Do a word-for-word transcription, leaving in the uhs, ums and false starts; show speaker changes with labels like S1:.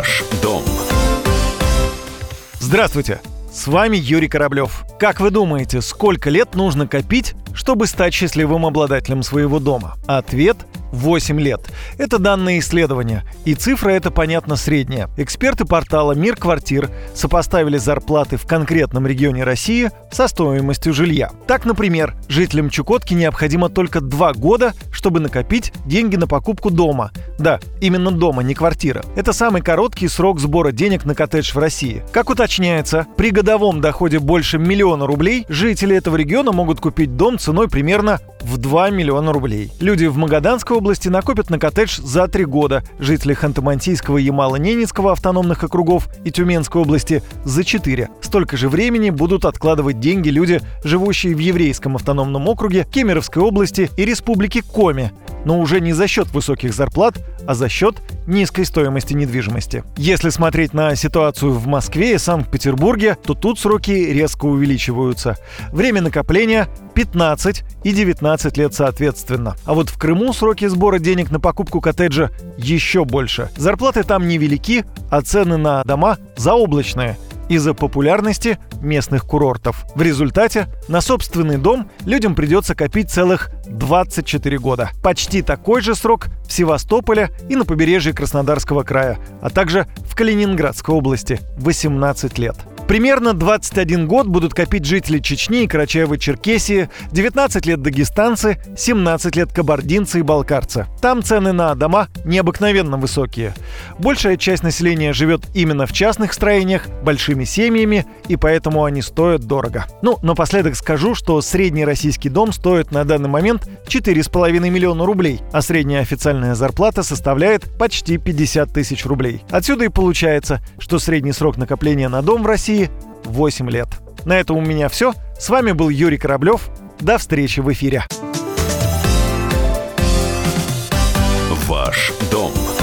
S1: Ваш дом.
S2: Здравствуйте, с вами Юрий Кораблев. Как вы думаете, сколько лет нужно копить, чтобы стать счастливым обладателем своего дома? Ответ – восемь лет. Это данные исследования, и цифра эта, понятно, средняя. Эксперты портала «Мир квартир» сопоставили зарплаты в конкретном регионе России со стоимостью жилья. Так, например, жителям Чукотки необходимо только два года, чтобы накопить деньги на покупку дома. Да, именно дома, не квартира. Это самый короткий срок сбора денег на коттедж в России. Как уточняется, при годовом доходе больше миллиона рублей жители этого региона могут купить дом ценой примерно в два миллиона рублей. Люди в Магаданской области накопят на коттедж за три года, жители Ханты-Мансийского и Ямало-Ненецкого автономных округов и Тюменской области за четыре. Столько же времени будут откладывать деньги люди, живущие в Еврейском автономном округе, Кемеровской области и Республике Коми, но уже не за счет высоких зарплат, а за счет низкой стоимости недвижимости. Если смотреть на ситуацию в Москве и Санкт-Петербурге, то тут сроки резко увеличиваются. Время накопления – пятнадцать и девятнадцать лет соответственно. А вот в Крыму сроки сбора денег на покупку коттеджа еще больше. Зарплаты там невелики, а цены на дома заоблачные из-за популярности местных курортов. В результате на собственный дом людям придется копить целых двадцать четыре года. Почти такой же срок в Севастополе и на побережье Краснодарского края, а также в Калининградской области – восемнадцать лет. Примерно двадцать один год будут копить жители Чечни и Карачаево-Черкесии, девятнадцать лет дагестанцы, семнадцать лет кабардинцы и балкарцы. Там цены на дома необыкновенно высокие. Большая часть населения живет именно в частных строениях, большими семьями, и поэтому они стоят дорого. Ну, напоследок скажу, что средний российский дом стоит на данный момент четыре с половиной миллиона рублей, а средняя официальная зарплата составляет почти пятьдесят тысяч рублей. Отсюда и получается, что средний срок накопления на дом в России – восемь лет. На этом у меня все. С вами был Юрий Кораблев. До встречи в эфире.
S1: Ваш дом.